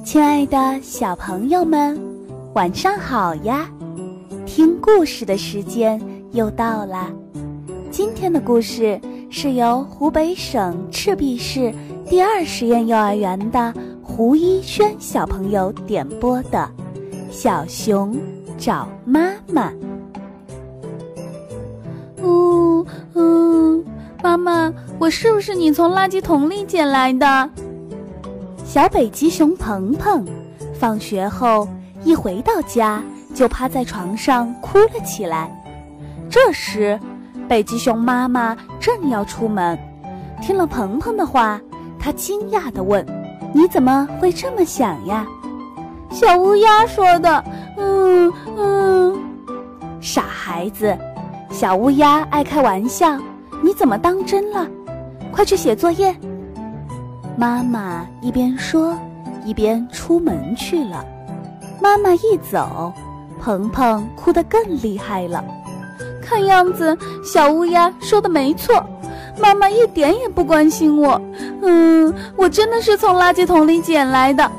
亲爱的小朋友们，晚上好呀！听故事的时间又到了。今天的故事是由湖北省赤壁市第2实验幼儿园的胡一轩小朋友点播的《小熊找妈妈》。 妈妈，我是不是你从垃圾桶里捡来的？ 小北极熊鹏鹏放学后一回到家就趴在床上哭了起来。这时北极熊妈妈正要出门，听了鹏鹏的话，她惊讶地问：你怎么会这么想呀？ 小乌鸦说的。 傻孩子，小乌鸦爱开玩笑，你怎么当真了？快去写作业。妈妈一边说一边出门去了。妈妈一走，鹏鹏哭得更厉害了。 看样子小乌鸦说的没错，妈妈一点也不关心我。我真的是从垃圾桶里捡来的。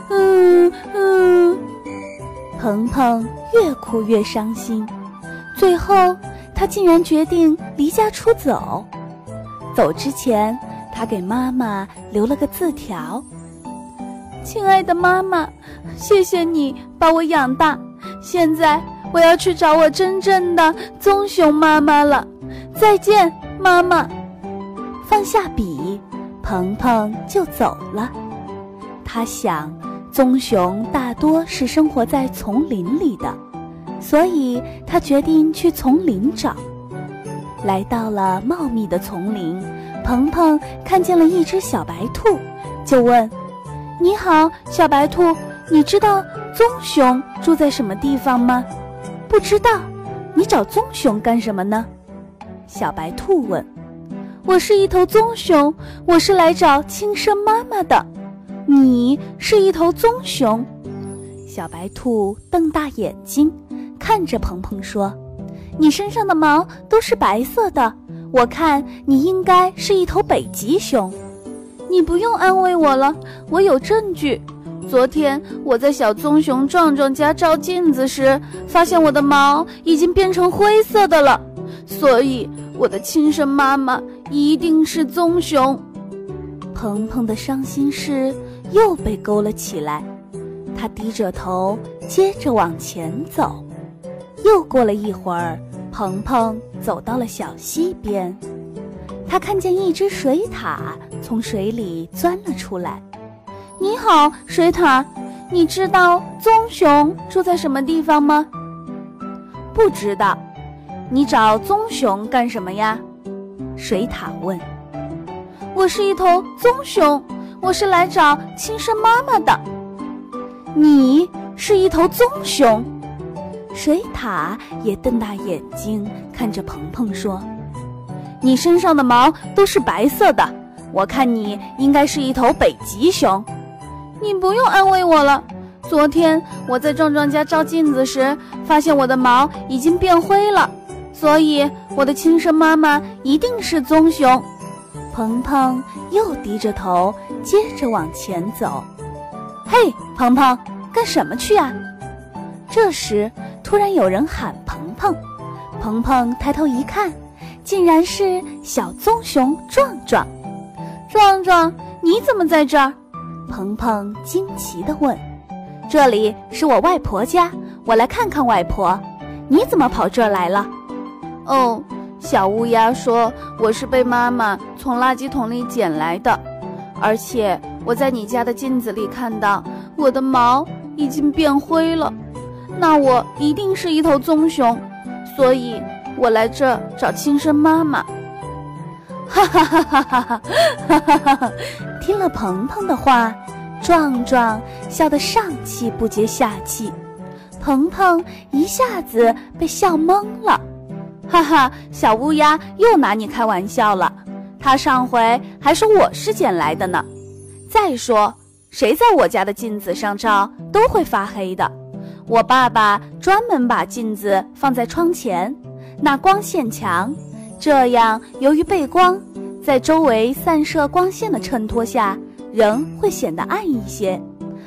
鹏鹏越哭越伤心，最后他竟然决定离家出走。走之前，他给妈妈留了个字条： 亲爱的妈妈，谢谢你把我养大，现在我要去找我真正的棕熊妈妈了。再见，妈妈。 放下笔，鹏鹏就走了。他想，棕熊大多是生活在丛林里的，所以他决定去丛林找。来到了茂密的丛林，鹏鹏看见了一只小白兔，就问：你好，小白兔，你知道棕熊住在什么地方吗？不知道。你找棕熊干什么呢？小白兔问。 我是一头棕熊，我是来找亲生妈妈的。你是一头棕熊？ 小白兔瞪大眼睛看着鹏鹏说： 你身上的毛都是白色的，我看你应该是一头北极熊。你不用安慰我了，我有证据。昨天我在小棕熊壮壮家照镜子时，发现我的毛已经变成灰色的了，所以我的亲生妈妈一定是棕熊。 鹏鹏的伤心事又被勾了起来，他低着头接着往前走。又过了一会儿，鹏鹏走到了小溪边，他看见一只水獭从水里钻了出来。 你好，水獭，你知道棕熊住在什么地方吗？ 不知道。你找棕熊干什么呀？水獭问。 我是一头棕熊，我是来找亲生妈妈的。 你是一头棕熊？水獭也瞪大眼睛看着鹏鹏说：你身上的毛都是白色的，我看你应该是一头北极熊。 你不用安慰我了，昨天我在壮壮家照镜子时，发现我的毛已经变灰了，所以我的亲生妈妈一定是棕熊。 鹏鹏又低着头接着往前走。嘿，鹏鹏，干什么去啊？这时突然有人喊鹏鹏，鹏鹏抬头一看，竟然是小棕熊壮壮。 壮壮，你怎么在这儿？ 鹏鹏惊奇地问。这里是我外婆家，我来看看外婆。你怎么跑这儿来了？ 小乌鸦说我是被妈妈从垃圾桶里捡来的，而且我在你家的镜子里看到我的毛已经变灰了，那我一定是一头棕熊，所以我来这找亲生妈妈。 哈哈哈哈哈哈哈哈哈！听了鹏鹏的话，壮壮笑得上气不接下气，鹏鹏一下子被笑懵了。哈哈，小乌鸦又拿你开玩笑了，他上回还说我是捡来的呢。再说，谁在我家的镜子上照都会发黑的，我爸爸专门把镜子放在窗前，那光线强，这样由于背光，在周围散射光线的衬托下，人会显得暗一些。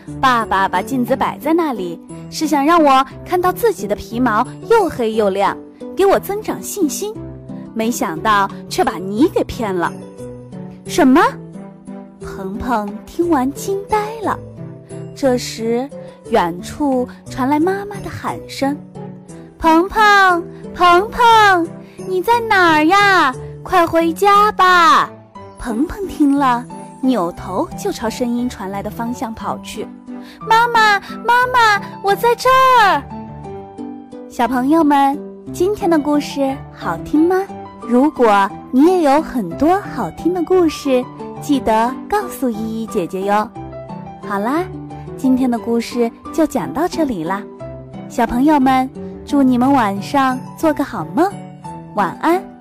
爸爸把镜子摆在那里，是想让我看到自己的皮毛又黑又亮，给我增长信心。没想到却把你给骗了。 什么？鹏鹏听完惊呆了。这时，远处传来妈妈的喊声：“ 鹏鹏，鹏鹏，你在哪儿呀？快回家吧！” 鹏鹏听了，扭头就朝声音传来的方向跑去。 妈妈，妈妈，我在这儿！ 小朋友们，今天的故事好听吗？如果你也有很多好听的故事，记得告诉依依姐姐哟。好啦，今天的故事就讲到这里啦。小朋友们，祝你们晚上做个好梦，晚安。